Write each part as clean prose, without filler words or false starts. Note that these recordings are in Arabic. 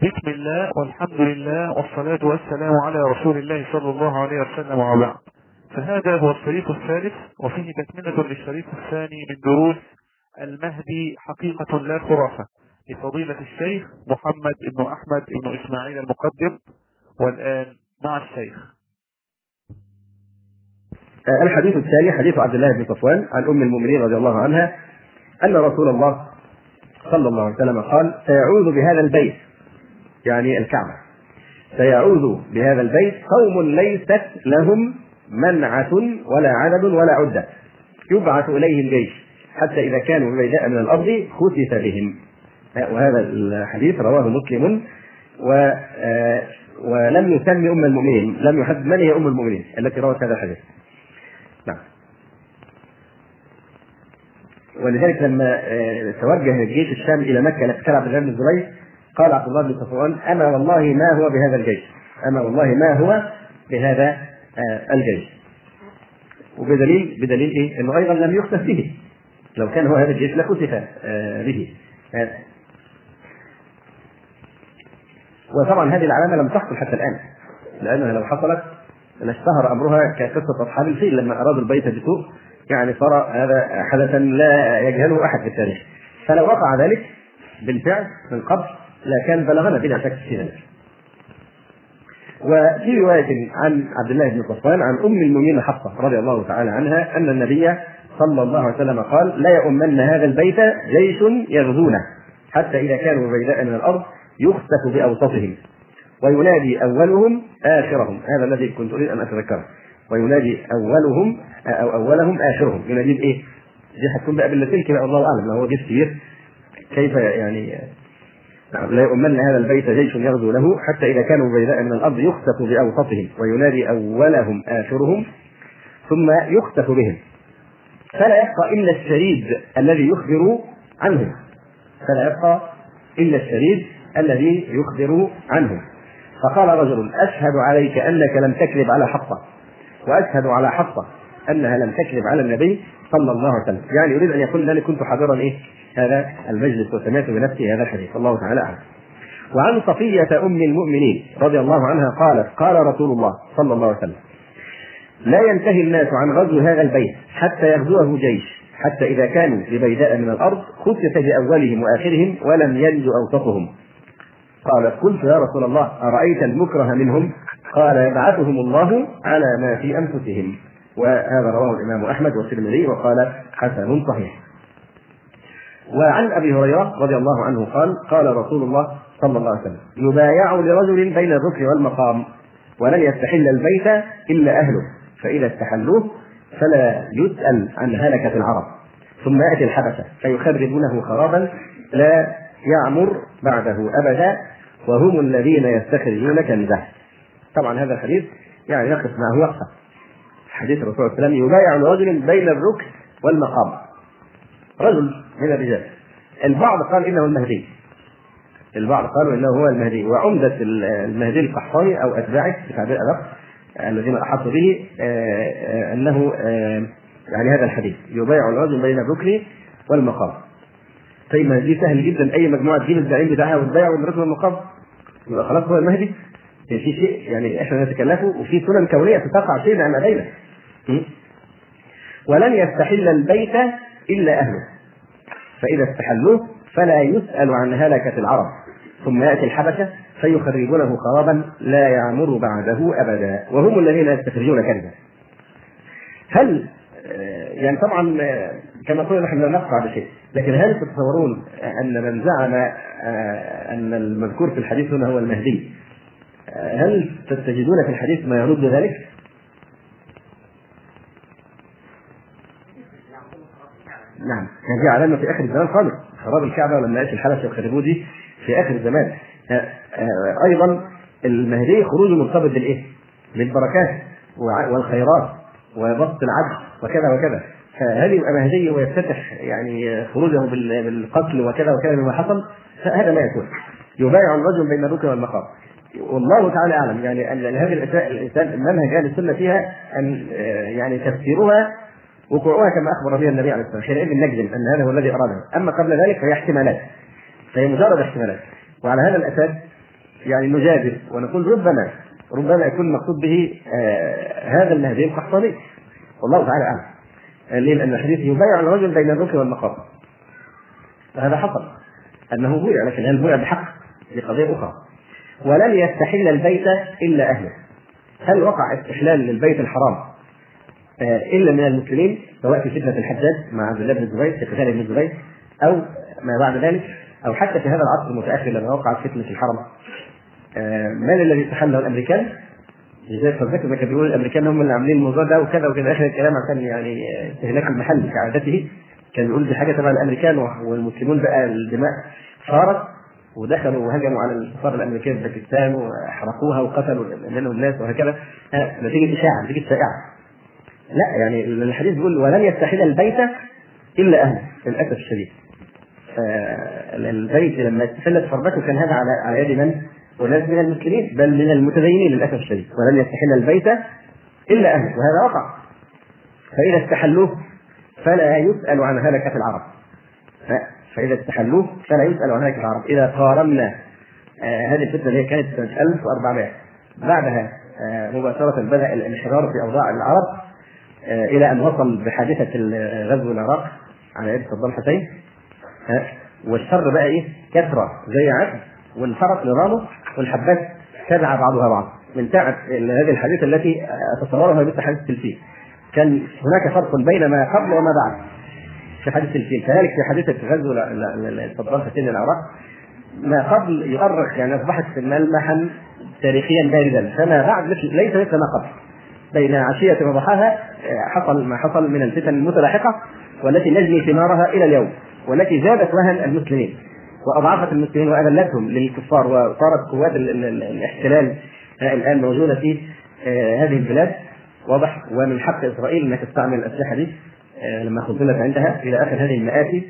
بسم الله والحمد لله والصلاة والسلام على رسول الله صلى الله عليه وسلم وبعد. فهذا هو الشريط الثالث وفيه تكملة للشريط الثاني من دروس المهدي حقيقة لا خرافة لفضيلة الشيخ محمد بن أحمد بن إسماعيل المقدم. والآن مع الشيخ. الحديث الثاني حديث عبد الله بن صفوان عن أم المؤمنين رضي الله عنها أن رسول الله صلى الله عليه وسلم قال: سيعوذ بهذا البيت، يعني الكعبة، سيعوذ بهذا البيت قوم ليست لهم منعة ولا عدد ولا عدة، يبعث إليهم جيش حتى إذا كانوا ببيداء من الأرض خسف بهم. وهذا الحديث رواه مسلم، ولم يسمي أم المؤمنين، لم يحدد من هي أم المؤمنين التي روت هذا الحديث. نعم. ولذلك لما توجه جيش الشام إلى مكة لقتال عبد الله بن الزبير قال عبد الله بن صفوان: أما والله ما هو بهذا الجيش، أما والله ما هو بهذا الجيش. بدليل إيه؟ إنه أيضا لم يخسف به، لو كان هو هذا الجيش لخسف به. وطبعا هذه العلامة لم تحصل حتى الآن، لأنها لو حصلت لاشتهر أمرها كقصة أصحاب الفيل لما أرادوا البيت بسوء، يعني صار هذا حدثا لا يجهله أحد في التاريخ. فلو وقع ذلك بالفعل من قبل لكان بلغنا بلا شك في ذلك. وفي رواية عن عبد الله بن صفوان عن أم المؤمنين حفصة رضي الله تعالى عنها أن النبي صلى الله عليه وسلم قال: لا يؤمن هذا البيت جيش يغزونه حتى إذا كانوا بيداء من الأرض يخسف بأوسطهم وينادي أولهم آخرهم. هذا الذي كنت أريد أن أتذكره. وينادي أولهم أو أولهم آخرهم. ينادي بإيه؟ دي هتكون بقى باللاتين كده، الله أعلم، ما هو جيش كبير كيف يعني. لا يؤمن هذا البيت جيش يغزو له حتى إذا كانوا بيداء من الأرض يخسف بأوسطهم وينادي أولهم آخرهم ثم يخسف بهم فلا يبقى إلا الشريد الذي يخبر عنهم. فلا يبقى إلا الشريد الذي يخبر عنهم. فقال رجل: أشهد عليك أنك لم تكذب على حفصة، وأشهد على حفصة أنها لم تكذب على النبي صلى الله عليه وسلم. يعني يريد أن يقول أنني كنت حاضرا هذا المجلس وسمعت بنفسي هذا الحديث. الله تعالى أعلم. وعن صفية أم المؤمنين رضي الله عنها قالت: قال رسول الله صلى الله عليه وسلم: لا ينتهي الناس عن غزو هذا البيت حتى يغزوه جيش، حتى إذا كانوا ببيداء من الأرض خسف بأولهم وآخرهم ولم ينج أوسطهم. قالت: قلت يا رسول الله أرأيت المكره منهم؟ قال: يبعثهم الله على ما في أنفسهم. وهذا رواه الإمام أحمد والترمذي وقال حسن صحيح. وعن أبي هريرة رضي الله عنه قال: قال رسول الله صلى الله عليه وسلم: يبايع لرجل بين الركن والمقام ولن يستحل البيت إلا أهله، فإذا استحلوه فلا يسأل عن هلكة العرب، ثم يأتي الحبشة فيخربونه خرابا لا يعمر بعده أبدا، وهم الذين يستخرجون كنزه. طبعا هذا الحديث يعني يقف معه وقفة. حديث الرسول صلى الله عليه وسلم: يبايع لرجل بين الركن والمقام، رجل من الرجال. البعض قال إنه المهدي، البعض قالوا إنه هو المهدي، وعمدة المهدي القحطاني أو أتباعه بتعبير أدق الذين أحاطوا به أنه يعني هذا الحديث يبايع الرجل بين الركن والمقام. طيب ما دي سهل جدا، أي مجموعة تجيب الزعيم بتاعها وتبايع بين الركن والمقام يبقى خلاص هو المهدي. في شيء يعني إحنا نتكلفه، وفي سنن كونية تقع شيء عن أدينا. ولن يستحل البيت إلا أهله، فإذا استحلوه فلا يسأل عن هلكة العرب، ثم يأتي الحبشة فيخربونه خرابا لا يعمر بعده أبدا، وهم الذين يستخرجون كنزه. هل يعني طبعا كما قلنا نحن لا نقطع بشيء، لكن هل تتصورون أن من زعم أن المذكور في الحديث هنا هو المهدي، هل تجدون في الحديث ما يرد ذلك؟ نعم، هذه علامة في آخر الزمان خالص، خراب الكعبة ولما يأتي الحبشة يخربوه دي في آخر الزمان. أيضا المهدي خروجه مرتبط بالإيه؟ بالبركات والخيرات وبسط العدل وكذا وكذا. فهل يبقى مهدي ويفتتح يعني خروجه بالقتل وكذا وكذا مما حصل؟ هذا لا يكون. يبايع الرجل بين الركن والمقام. والله تعالى أعلم يعني أن هذه الإنسان منهج أهل السنة فيها أن يعني تفسيرها وقوعها كما أخبر بها النبي عليه الصلاة والسلام، حينئذ نجزم أن هذا هو الذي أراده. أما قبل ذلك فهي احتمالات، فهي مجرد احتمالات. وعلى هذا الأساس يعني نجادل ونقول ربما يكون المقصود به هذا المهدي القحطاني، والله تعالى اعلم. ليه؟ لان الحديث يبايع الرجل بين الركن والمقام، فهذا حصل انه بويع، لكن هل بويع بحق؟ لقضيه اخرى. ولن يستحل البيت الا اهله. هل وقع استحلال للبيت الحرام الا من المسلمين، سواء في فتنه الحجاج مع عبد الله بن الزبير في قتال ابن الزبير او ما بعد ذلك، او حتى في هذا العصر المتاخر لما وقعت فتنه الحرم؟ من الذي استحله؟ الامريكان. لذلك فذكر ما كانوا بيقولوا الامريكان هم اللي عاملين الموضوع ده وكذا وكذا، اخر الكلام عشان يعني استهلاك المحل كعادته. كان بيقول دي حاجه تبع الامريكان، والمسلمون بقى الدماء صارت ودخلوا وهجموا على السفاره الامريكيه في باكستان واحرقوها وقتلوا منهم الناس وهكذا، نتيجه اشاعه، نتيجه شائعه. لا، يعني الحديث بيقول ولن يستحل البيت الا اهله. للاسف الشديد البيت لما استحلت حرمته كان هذا على يد من؟ وليس من المسلمين بل من المتدينين للاسف الشديد. ولن يستحل البيت الا اهله، وهذا وقع. فاذا استحلوه فلا يسأل عن هلكة العرب. فإذا استحلوه فلا يسأل عن هلكة العرب. إذا قارنا هذه الفتنة اللي كانت سنة 1400 بعدها مباشرة بدأ الانحدار في أوضاع العرب إلى أن وصل بحادثة غزو العراق على يد صدام حسين، والشر بقى إيه؟ كثرة زي عقد، وانفرط نظامه، والحبات تبع بعضها بعض. من ساعة هذه الحادثة التي أتصورها مثل حادثة الفيل، كان هناك فرق بين ما قبل وما بعد في حادثة الفيل. كذلك في حادثة غزو صدام حسين العراق، ما قبل يؤرخ، يعني أصبحت ملمحا تاريخيا بارزا، فما بعد ليس مثل ما قبل. بين عشية وضحاها حصل ما حصل من الفتن المتلاحقة، والتي نجني ثمارها إلى اليوم، والتي زادت وهن المسلمين وأضعفت المسلمين وأذلتهم للكفار، وصارت قوات الاحتلال الآن موجودة في هذه البلاد، واضح. ومن حق إسرائيل أن تستعمل الأسلحة دي لما خذلت عندها إلى آخر هذه المآسي.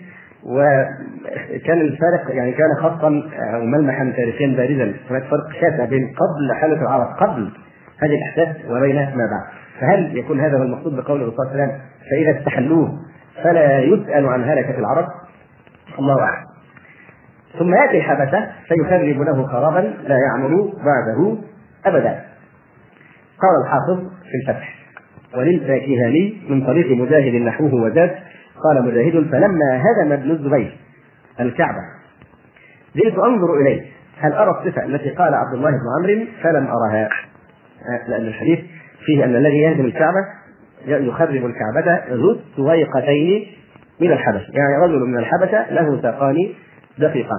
وكان الفارق يعني كان خطا وملمحا تاريخيا بارزا. هناك فرق شاسع بين قبل حالة العرب، قبل هذه الأحداث، وبين ما بعد. فهل يكون هذا هو المقصود بقول الرسول صلى الله عليه وسلم فإذا استحلوه فلا يسأل عن هلكة العرب؟ الله أعلم. ثم يأتي الحبشة فيخرب له خرابا لا يعمل بعده أبدا. قال الحافظ في الفتح: وللفاكهاني من طريق مجاهد نحوه وزاد. قال مجاهد: فلما هدم ابن الزبير الكعبة جئت أنظر إليه هل أرى الصفة التي قال عبد الله بن عمرو فلم أرها، لأن الحديث فيه أن الذي يهدم الكعبة يخرب الكعبة ذو السويقتين من الحبشة، يعني رجل من الحبشة له ساقان دقيقان.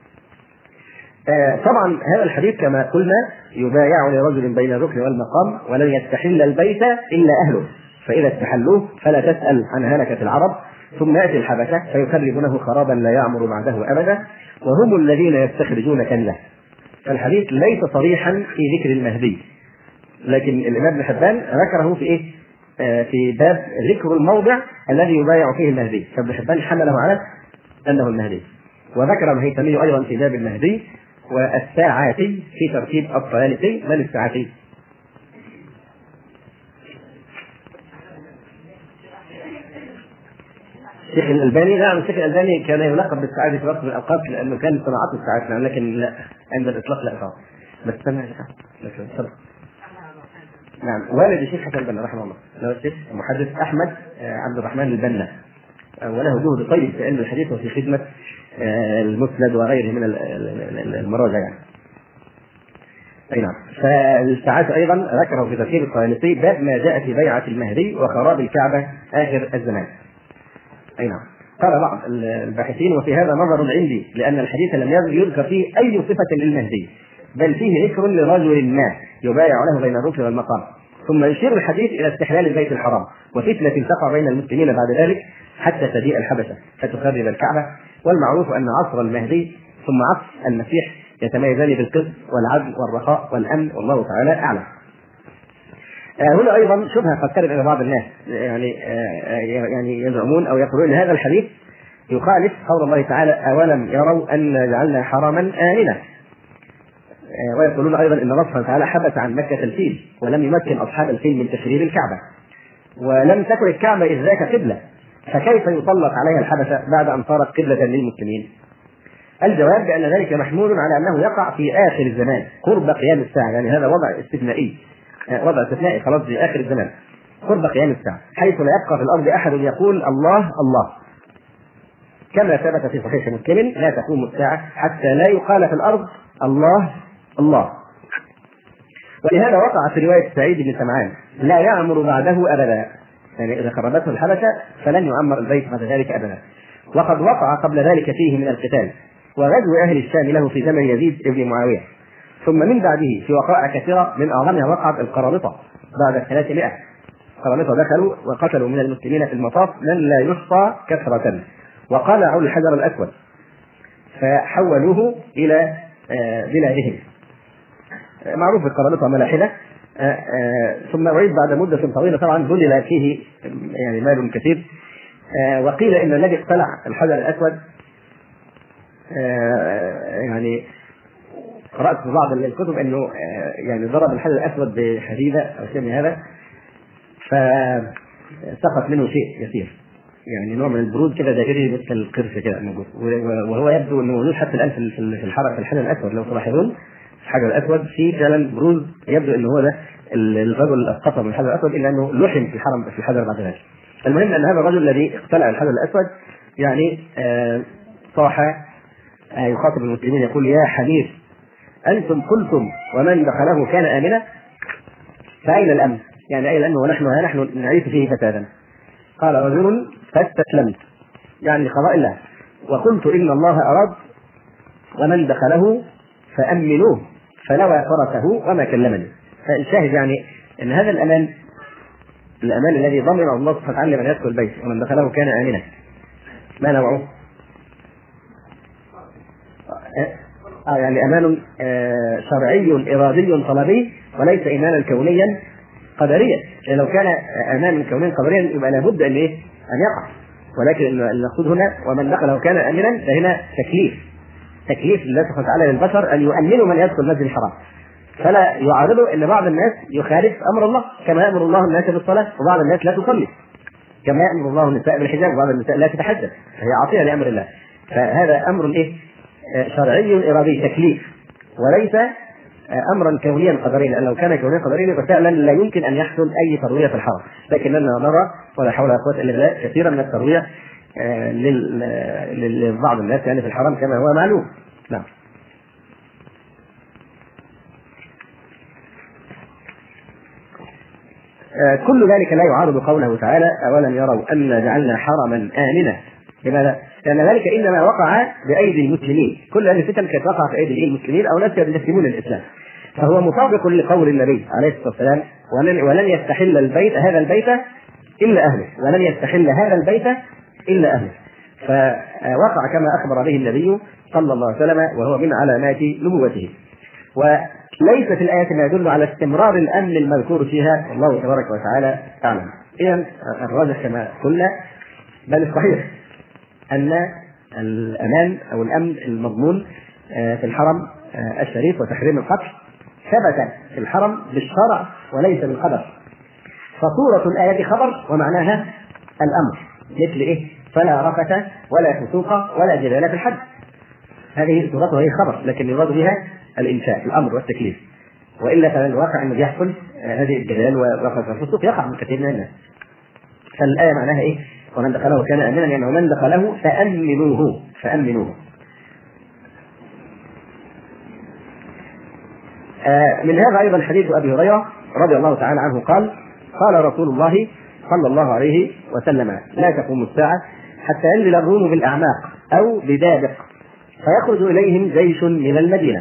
طبعا هذا الحديث كما قلنا يبايع لرجل بين الركن والمقام، ولن يستحل البيت إلا أهله، فإذا استحلوه فلا تسأل عن هلكة العرب. ثم يأتي الحبشة فيخربونه خرابا لا يعمر بعده أبدا، وهم الذين يستخرجون كنزه. فالحديث ليس صريحا في ذكر المهدي، لكن الإمام ابن حبان ذكره في إيه؟ في باب ذكر الموضع الذي يبايع فيه المهدي، فابن حبان حمله على أنه المهدي. وذكر الهيثمي أيضا في باب المهدي والساعات في ترتيب الطيالسي. من الساعتين؟ الشيخ الألباني. نعم، الشيخ الألباني كان يلقب بالساعات في وقت من الأوقات لأنه كان صناعته الساعات، لكن لا، عند الإطلاق لا طبعا. بس استنى يا شيخ. نعم، والد الشيخ حسن البنا رحمه الله له الشيخ المحدث أحمد عبد الرحمن البنا، وله جهد طيب في علم الحديث وفي خدمة المسند وغيره من المراجع يعني. أي نعم. فالساعات أيضا ذكره في ترتيب الطيالسي باب ما جاء في بيعة المهدي وخراب الكعبة آخر الزمان. أي نعم. قال بعض الباحثين: وفي هذا نظر عندي، لأن الحديث لم يذكر فيه أي صفة للمهدي، بل فيه ذكر لرجل ما يبايع له بين الركن والمقام. ثم يشير الحديث إلى استحلال البيت الحرام وفتنة تقع بين المسلمين بعد ذلك حتى تجيء الحبشة فتخرب الكعبة. والمعروف أن عصر المهدي ثم عصر المسيح يتميزان بالقسط والعدل والرخاء والأمن، والله تعالى أعلم. هنا أيضا شبهة قد ترد إلى بعض الناس، يعني يزعمون أو يقولون أن هذا الحديث يخالف قول الله تعالى: أولم يروا أن جعلنا حراما آمنا. ويقولون أيضا أن الله سبحانه وتعالى حبس عن مكة الفيل ولم يمكن أصحاب الفيل من تشريد الكعبة، ولم تكن الكعبة إذ ذاك قبلة، فكيف يطلق عليها الحبشة بعد أن صارت قبلة للمسلمين؟ الجواب بأن ذلك محمول على أنه يقع في آخر الزمان قرب قيام الساعة، يعني هذا وضع استثنائي، وضع استثنائي خلاص في آخر الزمان قرب قيام الساعة، حيث لا يبقى في الأرض أحد يقول الله الله، كما ثبت في صحيح مسلم لا تقوم الساعة حتى لا يقال في الأرض الله الله. ولهذا وقع في رواية سعيد بن سمعان لا يعمر بعده أبدا، يعني إذا خربته الحبشة فلن يعمر البيت بعد ذلك أبدا. وقد وقع قبل ذلك فيه من القتال وغزو أهل الشام له في زمن يزيد بن معاوية، ثم من بعده في وقائع كثيرة من أعظمها وقعت القرامطة بعد 300. القرامطة دخلوا وقتلوا من المسلمين في المطاف من لا يحصى كثرة، وقلعوا الحجر الأسود فحولوه إلى بلادهم. معروف القرامطة ملاحدة. ثم أعيد بعد مدة طويلة، طبعا بذل فيه يعني مال كثير. وقيل إن الذي اقتلع الحجر الأسود يعني قرأت في بعض الكتب أنه يعني ضرب الحجر الأسود بحديدة أو شيء من هذا فسقط منه شيء يسير، يعني نوع من البرود كده دائري مثل القرش كده موجود، وهو يبدو انه موجود حتى الان في الحجر الاسود. لو تلاحظون الحجر الاسود فيه فعلا بروز، يبدو انه هو ده الرجل اللي اسقطه من الحجر الاسود، الا انه لحم في الحرم في الحجر بعد ذلك. المهم ان هذا الرجل الذي اقتلع الحجر الاسود يعني صاح يخاطب المسلمين يقول: يا حمير، انتم قلتم ومن دخله كان امنا، فاين الامن؟ يعني اين الامن ونحن نعيش فيه فسادا؟ قال رجل: فاستسلمت، يعني لقضاء الله، وقلت إن الله أراد ومن دخله فأمنوه فلوى فرسه وما كلمني. فالشاهد يعني أن هذا الأمان الذي ضمنه الله سبحانه وتعالى من يدخل البيت ومن دخله كان آمنا، ما نوعه؟ يعني أمان شرعي إرادي طلبي، وليس إيمانا كونيا قدريا. يعني لو كان أمانا كونيا قدريا يبقى لابد أن يقع، ولكن المقصود هنا ومن دخله كان آمنا، فهنا تكليف لله سبحانه وتعالى للبشر أن يؤمنوا من يدخل المسجد الحرام، فلا يعارضوا أن بعض الناس يخالف أمر الله، كما يأمر الله الناس بالصلاة وبعض الناس لا تصلي، كما يأمر الله النساء بالحجاب وبعض النساء لا تتحجب، فهي عاطية لأمر الله. فهذا أمر شرعي إرادي تكليف، وليس امرا كونيا قدريا، لان لو كان كونيا قدريا ففعلا لا يمكن ان يحصل اي ترويه في الحرم، لكننا نرى ولا حول ولا قوه الا بالله كثيرا من الترويه لبعض الناس يعني في الحرم كما هو معلوم. نعم. كل ذلك لا يعارض قوله تعالى: اولم يروا انا جعلنا حرما امنا. لماذا؟ لان ذلك انما وقع بايدي المسلمين، كل هذه الفتن كانت وقع في ايدي المسلمين او ناس يسلمون الاسلام، فهو مطابق لقول النبي عليه الصلاه والسلام: ولن يستحل هذا البيت الا اهله، ولن يستحل هذا البيت الا اهله. فوقع كما اخبر به النبي صلى الله عليه وسلم، وهو من علامات نبوته. وليس في الايات ما يدل على استمرار الامن المذكور فيها، والله تبارك وتعالى اعلم. اذا الراجح كما قلنا بل الصحيح أن الأمان أو الأمن المضمون في الحرم الشريف وتحريم القتل ثبت في الحرم بالشرع وليس بالقدر. فصورة الآية خبر ومعناها الأمر، مثل فلا رفث ولا فسوق ولا جدال في الحج، هذه صورتها هي خبر، لكن يراد بها الإنشاء الأمر والتكليف، وإلا فالواقع أنه يحصل هذه الجدال ورفث والفسوق يقع من كثير من الناس. فالآية معناها ومن دخله كان آمنا، يعني ومن دخله فأمنوه. من هذا أيضا حديث أبي هريرة رضي الله تعالى عنه قال: قال رسول الله صلى الله عليه وسلم: لا تقوم الساعة حتى ينزل الروم بالأعماق أو بدابق فيخرج إليهم جيش من المدينة.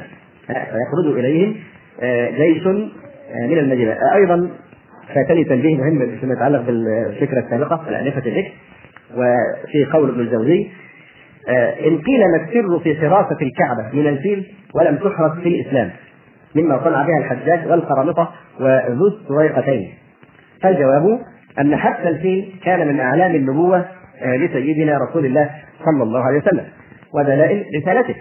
أيضا فاتني تنبيه مهم فيما يتعلق بالفكرة السابقة الآنفة الذكر، وفي قول ابن الجوزي: إن قيل ما السر في حراسة الكعبة من الفيل ولم تحرس في الإسلام مما صنع بها الحجاج والقرامطة وذو السويقتين؟ فالجواب أن حتى الفيل كان من أعلام النبوة لسيدنا رسول الله صلى الله عليه وسلم ودلائل رسالته،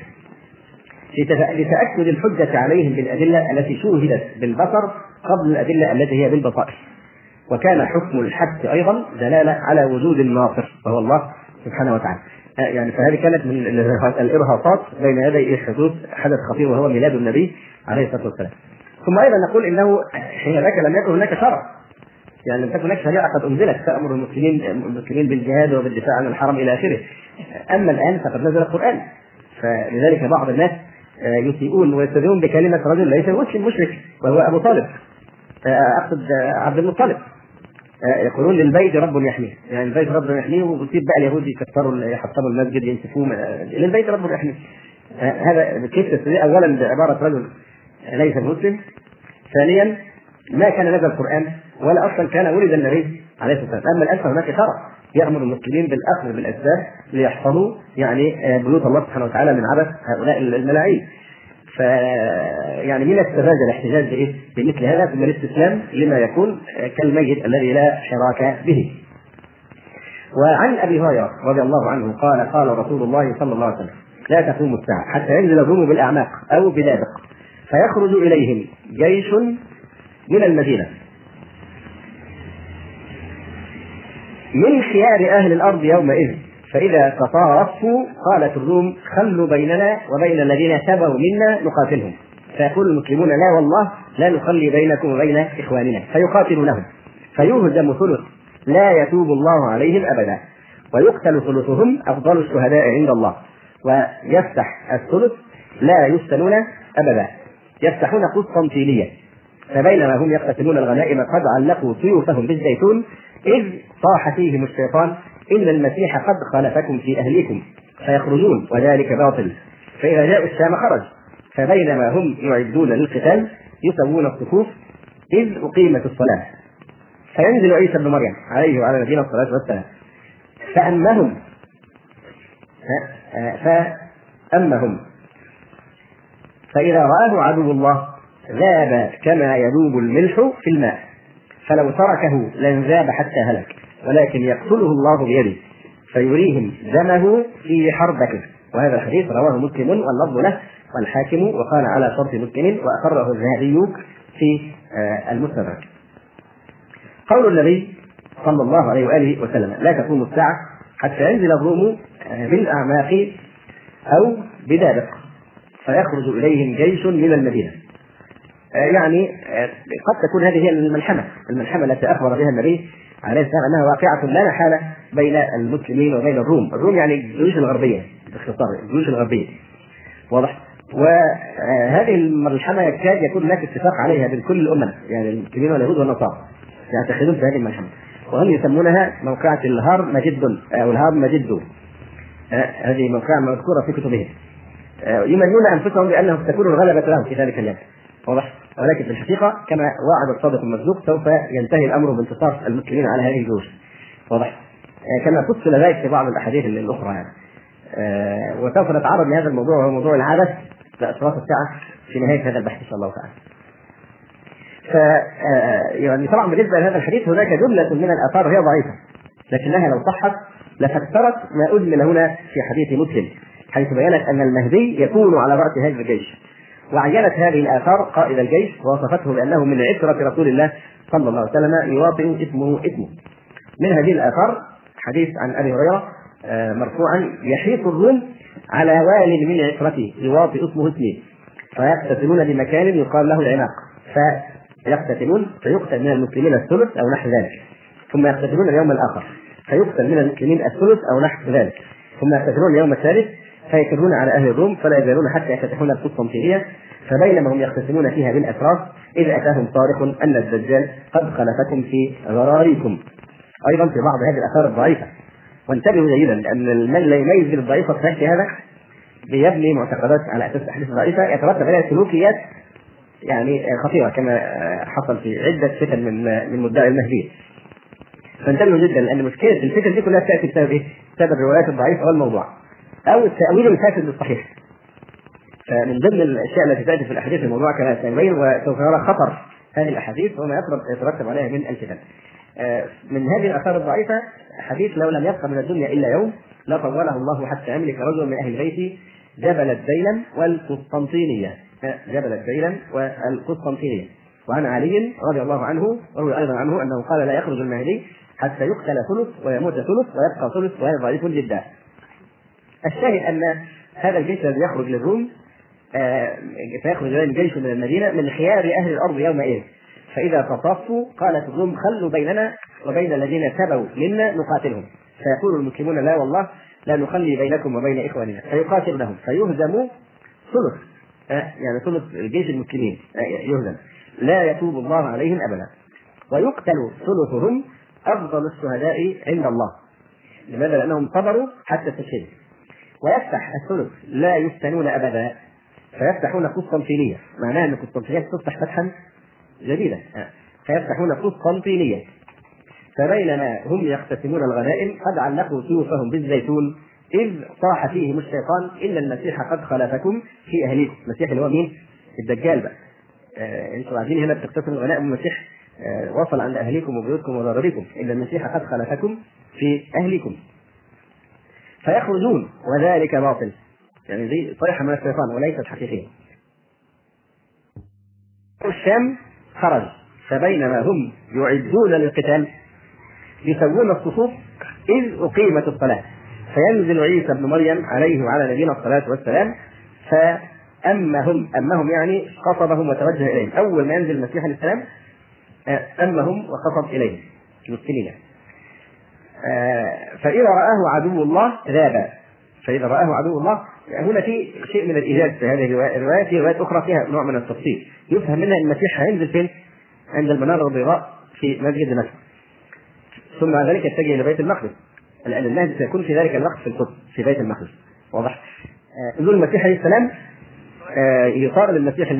لتأكد الحجة عليهم بالأدلة التي شوهدت بالبصر قبل الأدلة التي هي بالبصائر. وكان حكم الحج أيضا دلالة على وجود الناصر وهو الله سبحانه وتعالى. يعني فهذه كانت من الارهاصات بين يدي حدوث حدث خطير وهو ميلاد النبي عليه الصلاه والسلام. ثم ايضا نقول انه حينذاك لم يكن هناك شرع، يعني لم تكن هناك شريعه قد انزلت تامر المسلمين بالجهاد وبالدفاع عن الحرم الى اخره. اما الان فقد نزل القران، فلذلك بعض الناس يسيئون ويستدعون بكلمه رجل ليس مسلم مشرك وهو ابو طالب، اقصد عبد المطلب، يقولون للبيت رب يحميه، يعني البيت رب يحميه، وتصيب بقى اليهود يكسروا يحطموا المسجد ينسفوه للبيت رب يحميه. هذا كيف تستطيع؟ اولا بعباره رجل ليس مسلم، ثانيا ما كان نزل القران ولا اصلا كان ولد النبي عليه الصلاه والسلام. اما الان فهناك شرع يامر المسلمين بالاخذ بالاسباب ليحفظوا يعني بيوت الله سبحانه وتعالى من عبث هؤلاء الملاعين. يعني من السذاجة الاحتجاج بايه؟ بمثل هذا ثم الاستسلام لما يكون كالميت الذي لا شراك به. وعن ابي هريره رضي الله عنه قال قال رسول الله صلى الله عليه وسلم: لا تقوم الساعه حتى ينزل الروم بالاعماق او بلادق فيخرج اليهم جيش من المدينه من خيار اهل الارض يومئذ، فإذا تطارفوا قالت الروم: خلوا بيننا وبين الذين تبوا منا نقاتلهم. فيقول المسلمون: لا والله لا نخلي بينكم وبين إخواننا، فيقاتلونهم فيهزم ثلث لا يتوب الله عليهم أبدا، ويقتل ثلثهم أفضل الشهداء عند الله، ويفتح الثلث لا يفتنون أبدا. يفتحون قسطنطينية، فبينما هم يقتسمون الغنائم قد علقوا سيوفهم بالزيتون إذ طاح فيهم الشيطان: إن المسيح قد خلفكم في أهليكم، فيخرجون وذلك باطل. فإذا جاءوا الشام خرج، فبينما هم يعدون للقتال يسوون الصفوف إذ أقيمت الصلاة، فينزل عيسى بن مريم عليه وعلى نبينا الصلاة والسلام فأمهم فإذا رآه عدو الله ذاب كما يذوب الملح في الماء، فلو تركه لانذاب حتى هلك، ولكن يقتله الله بيده فيريهم دمه في حربته. وهذا الحديث رواه مسلم واللفظ له والحاكم وقال على شرط مسلم وأقره الذهبي في المستدرك. قول النبي صلى الله عليه وآله وسلم: لا تقوم الساعة حتى ينزل الروم بالأعماق أو بدابق فيخرج إليهم جيش من المدينة. يعني قد تكون هذه هي الملحمة التي أخبر بها النبي عليه السلام أنها واقعة لا محالة بين المسلمين وبين الروم يعني الجيوش الغربية، باختصار الجيوش الغربية، واضح. وهذه الملحمة يكاد يكون هناك اتفاق عليها بين كل الأمم، يعني المسلمين واليهود والنصارى يعتقدون في هذه الملحمة، وهم يسمونها موقعة الهارمجدون أو الهارمجدو. هذه موقعة مذكورة في كتبهم، يمنون أنفسهم بأنهم تكون الغلبة لهم في ذلك اليوم، واضح. ولكن في الحقيقة كما وعد الصادق المصدوق سوف ينتهي الأمر بانتصار المسلمين على هذه الجيوش، واضح، كما فصل ذلك في بعض الأحاديث الأخرى يعني. وسوف نتعرض لهذا الموضوع وهو موضوع العبث لأشراط الساعة في نهاية هذا البحث إن شاء الله تعالى. يعني طبعا بالنسبة لهذا الحديث هناك جملة من الآثار هي ضعيفة، لكنها لو صحت لفسرت ما أجمل هنا في حديث مسلم، حيث بينت أن المهدي يكون على رأس هذا الجيش، وعينت هذه الآثار قائد الجيش ووصفته بأنه من عترة رسول الله صلى الله عليه وسلم يواطئ اسمه. من هذه الآثار حديث عن أبي هريرة مرفوعا: يحيط الروم على وال من عترته يواطئ اسمه فيقتتلون بمكان يقال له العناق، فيقتتلون فيقتل من المسلمين الثلث أو نحو ذلك، ثم يقتتلون اليوم الآخر فيقتل من المسلمين الثلث أو نحو ذلك، ثم يقتتلون اليوم الثالث فيكرون على أهل الروم فلا يزالون حتى يفتحون القسطنطينية، فبينما هم يقتسمون فيها بالأسراف إذ أتاهم صارخ أن الدجال قد خلفكم في غراريكم. أيضا في بعض هذه الآثار الضعيفة، وانتبهوا جيدا لأن من لا يميز الضعيفة في هذا بيبني معتقدات على أساس أحاديث ضعيفة يترتب عليها سلوكيات يعني خطيرة، كما حصل في عدة فتن من مدعي المهدي. فانتبهوا جدا لأن مشكلة الفتن دي كلها تأتي بسبب إيه؟ بسبب الروايات الضعيفة والموضوع أو التأويل الفاسد للصحيح. فمن ضمن الأشياء التي تأتي في الأحاديث الموضوع كما سنبين، وسوف نرى خطر هذه الأحاديث وما يترتب عليها من الفتن. من هذه الآثار الضعيفة حديث: لو لم يبق من الدنيا إلا يوم لطوله الله حتى يملك رجل من أهل بيتي جبل الديلم والقسطنطينية. جبل الديلم والقسطنطينية. وعن علي رضي الله عنه وروي أيضا عنه أنه قال: لا يخرج المهدي حتى يقتل ثلث ويموت ثلث ويبقى ثلث، وهذا ضعيف جدا. الشاهد أن هذا الجيش الذي يخرج للروم فيخرج الجيش من المدينة من خيار أهل الأرض يومئذ، فإذا تصافوا قالت الروم خلوا بيننا وبين الذين تبوا منا نقاتلهم، فيقول المسلمون لا والله لا نخلي بينكم وبين إخواننا، فيقاتلونهم فيهزموا ثلث، يعني ثلث الجيش المسلمين يهزم، لا يتوب الله عليهم أبدا، ويقتل ثلثهم أفضل الشهداء عند الله. لماذا؟ لأنهم صبروا حتى التشهيد. ويفتح الثلث لا يفتنون أبدا، فيفتحون قسطنطينية، معناه أن قسطنطينية تفتح فتحا جديدا، فيفتحون قسطنطينية. فبينما هم يقتسمون الغنائم قد علقوا سيوفهم بالزيتون إذ صاح فيهم الشيطان إن المسيح قد خلفكم في أهليكم. المسيح اللي هو مين؟ الدجال بقى. انتم عارفين هنا بتقتسم الغنائم، المسيح وصل عند أهليكم وبيوتكم وضرركم، إن المسيح قد خلفكم في أهليكم. فيخرجون وذلك باطل، يعني دي صيحة من الشيطان وليست حقيقية. الشام خرج، فبينما هم يعدون للقتال يسوون الصفوف إذ أقيمت الصلاة، فينزل عيسى ابن مريم عليه وعلى نبينا الصلاة والسلام فأمهم يعني خطبهم وتوجه إليهم. أول ما ينزل المسيح عليه السلام أمهم وخطب إليهم المسلمين. فإذا رآه عدو الله ذاب، فإذا رآه عدو الله، هنا في شيء من الإيجاز في هذه الرواية. في روايات أخرى فيها نوع من التفصيل يفهم منها أن المسيح هينزل فين؟ عند المنارة البيضاء في مسجد دمشق، ثم بعد ذلك يتجه إلى بيت المقدس، لأن المهدي سيكون في ذلك الوقت في القدس في بيت المقدس. واضح؟ نزول المسيح عليه السلام يطارد المسيح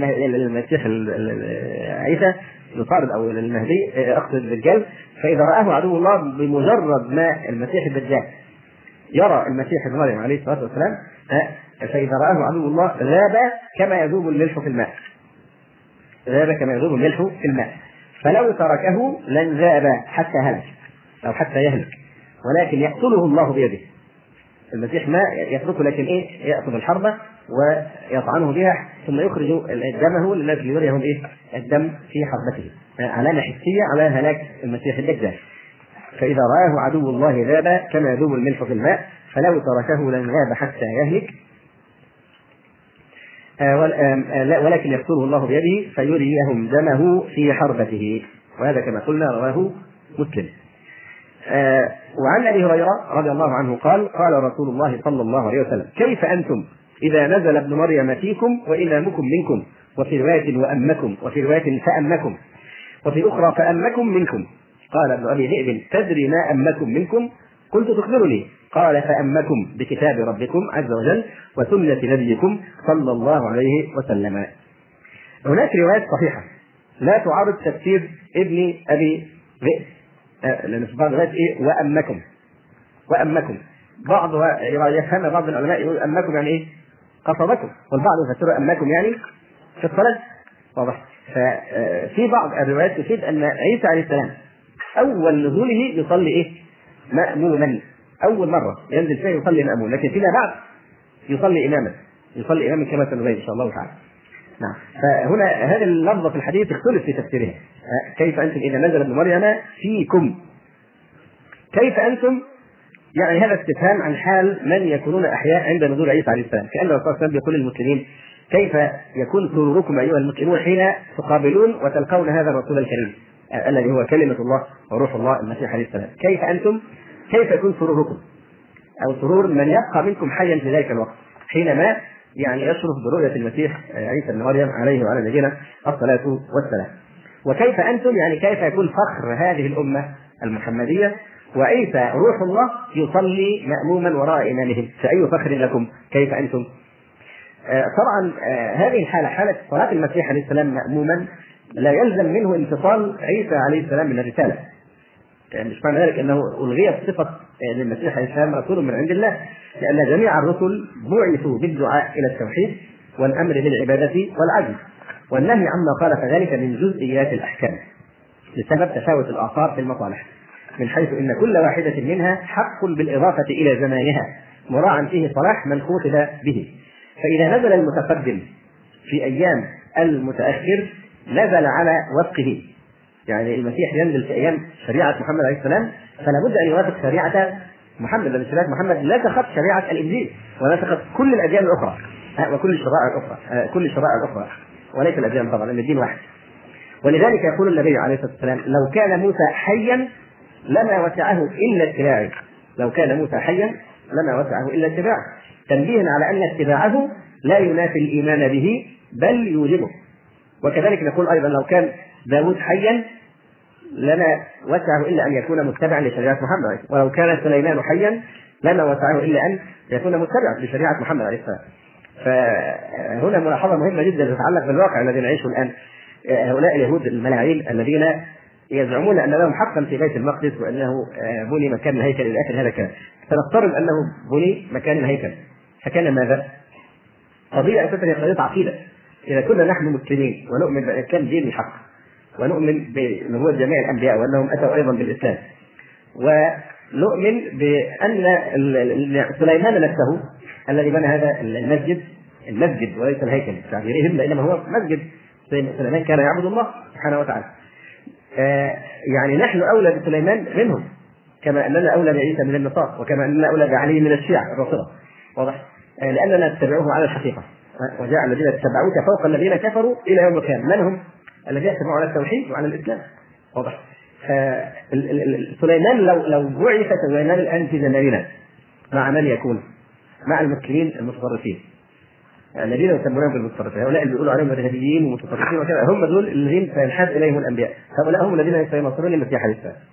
عيسى، يطارد أو المهدي أقصد الدجال. فإذا رآه عدو الله بمجرد ما المسيح الدجال يرى المسيح ابن مريم عليه الصلاة والسلام، فإذا رآه عدو الله ذاب كما يذوب الملح في الماء، ذاب كما يذوب الملح في الماء، فلو تركه لن ذاب حتى هلك أو حتى يهلك، ولكن يقتله الله بيده. المسيح ما يتركه، لكن يأخذ الحربة ويطعنه بها ثم يخرج دمه للناس ليريهم الدم في حربته، علامة حسية على هلاك المسيح الدجال. فإذا رآه عدو الله ذاب كما يذوب الملح في الماء، فلو تركه لن ذاب حتى يهلك، ولكن يقتله الله بيده فيريهم دمه في حربته. وهذا كما قلنا رواه مسلم. وعن أبي هريرة رضي الله عنه قال قال رسول الله صلى الله عليه وسلم كيف أنتم إذا نزل ابن مريم فيكم وإمامكم منكم، وفي رواية وأمكم، وفي رواية فأمكم، وفي أخرى فأمكم منكم. قال ابن أبي ذئب تدري ما أمكم منكم؟ قلت تخبرني. قال فأمكم بكتاب ربكم عز وجل وسنة نبيكم صلى الله عليه وسلم. هناك روايات صحيحة لا تعارض تفسير ابن أبي ذئب، لأن في بعض الروايات وأمكم بعضها يفهم بعض العلماء يقول أمكم يعني قصدكم، والبعض يفسر أمكم يعني في الصلاة. واضح؟ ففي بعض الروايات تفيد أن عيسى عليه السلام أول نزوله يصلي مأموما، أول مرة ينزل فيه يصلي مأموما، لكن فيما بعد يصلي إماما كما سنبين إن شاء الله تعالى. نعم. فهنا هذه اللفظة في الحديث تختلف في تفسيرها. كيف أنتم إذا نزل ابن مريم فيكم؟ كيف أنتم يعني هذا استفهام عن حال من يكونون أحياء عند نزول عيسى عليه السلام، كأن الرسول صلى الله عليه وسلم يقول للمسلمين كيف يكون سروركم أيها المسلمون حين تقابلون وتلقون هذا الرسول الكريم الذي هو كلمة الله وروح الله المسيح عليه السلام. كيف أنتم، كيف يكون سروركم أو سرور من يبقى منكم حيا في ذلك الوقت حينما يعني يشرف برؤية المسيح عيسى بن مريم عليه وعلى نبينا الصلاة والسلام. وكيف أنتم يعني كيف يكون فخر هذه الأمة المحمدية وعيسى روح الله يصلي مأموما وراء إمامهم، فأي فخر لكم؟ كيف أنتم؟ طبعا هذه الحالة، حالة صلاة المسيح عليه السلام مأموما، لا يلزم منه انفصال عيسى عليه السلام من الرسالة، يعني مش معنى ذلك أنه ألغيت صفة للمسيح عليه السلام رسول من عند الله، لأن جميع الرسل بعثوا بالدعاء إلى التوحيد والأمر بالعبادة والعدل والنهي عما خالف ذلك من جزئيات الأحكام لسبب تفاوت الآثار في المصالح، من حيث إن كل واحدة منها حق بالإضافة إلى زمانها مراعا فيه صلاح من خوطب به. فإذا نزل المتقدم في أيام المتأخر نزل على وفقه، يعني المسيح ينزل في أيام شريعة محمد عليه السلام فلا بد أن يوافق شريعة محمد لما شريعة محمد نسخت شريعة الإنجيل ونسخت كل الأديان الأخرى وكل الشرائع الأخرى، كل الشرائع الأخرى وليس الأديان طبعا، لأن الدين واحد. ولذلك يقول النبي عليه الصلاة والسلام: لو كان موسى حيا لما وسعه إلا اتباعي. لو كان موسى حيا لما وسعه إلا اتباعه، تنبيها على أن اتباعه لا ينافي الإيمان به بل يوجبه. وكذلك نقول أيضا: لو كان داود حيا لما وسعه إلا أن يكون متبعا لشريعة محمد، ولو كان سليمان حيا لما وسعه إلا أن يكون متبعا لشريعة محمد عليه السلام. فهنا ملاحظة مهمة جدا تتعلق بالواقع الذي نعيشه الآن. هؤلاء اليهود الملاعين الذين يزعمون أن لهم حقا في بيت المقدس وأنه بني مكان الهيكل إلى آخر هذا الكلام، فنفترض أنه بني مكان الهيكل، فكان ماذا؟ قضية أساسا هي قضية عقيدة. إذا كنا نحن مسلمين ونؤمن بإسلام دين الحق ونؤمن بنبوة جميع الأنبياء وأنهم أتوا أيضا بالإسلام، ونؤمن بأن سليمان نفسه الذي بنى هذا المسجد وليس الهيكل تعبيرهم، لأنما هو مسجد، سليمان كان يعبد الله سبحانه وتعالى. يعني نحن أولى بسليمان منهم، كما أننا أولى بعيسى من النصارى، وكما أننا أولى بعلي من الشيعة الرافضة. واضح؟ لأننا نتبعوه على الحقيقة. وجاء الذين اتبعوك فوق الذين كفروا إلى يوم القيامة. من هم؟ الذين اتبعوا على التوحيد وعلى الإسلام. واضح؟ سليمان لو بعث سليمان الآن في زماننا مع من يكون؟ مع المسلمين المتطرفين الذين يسمونهم بالمتطرفين، هؤلاء اللي بيقولوا عليهم ارهابيين ومتطرفين وكذا، هم دول الذين سينحاز اليهم الانبياء، هؤلاء هم الذين سينصرون المسيح عليه السلام.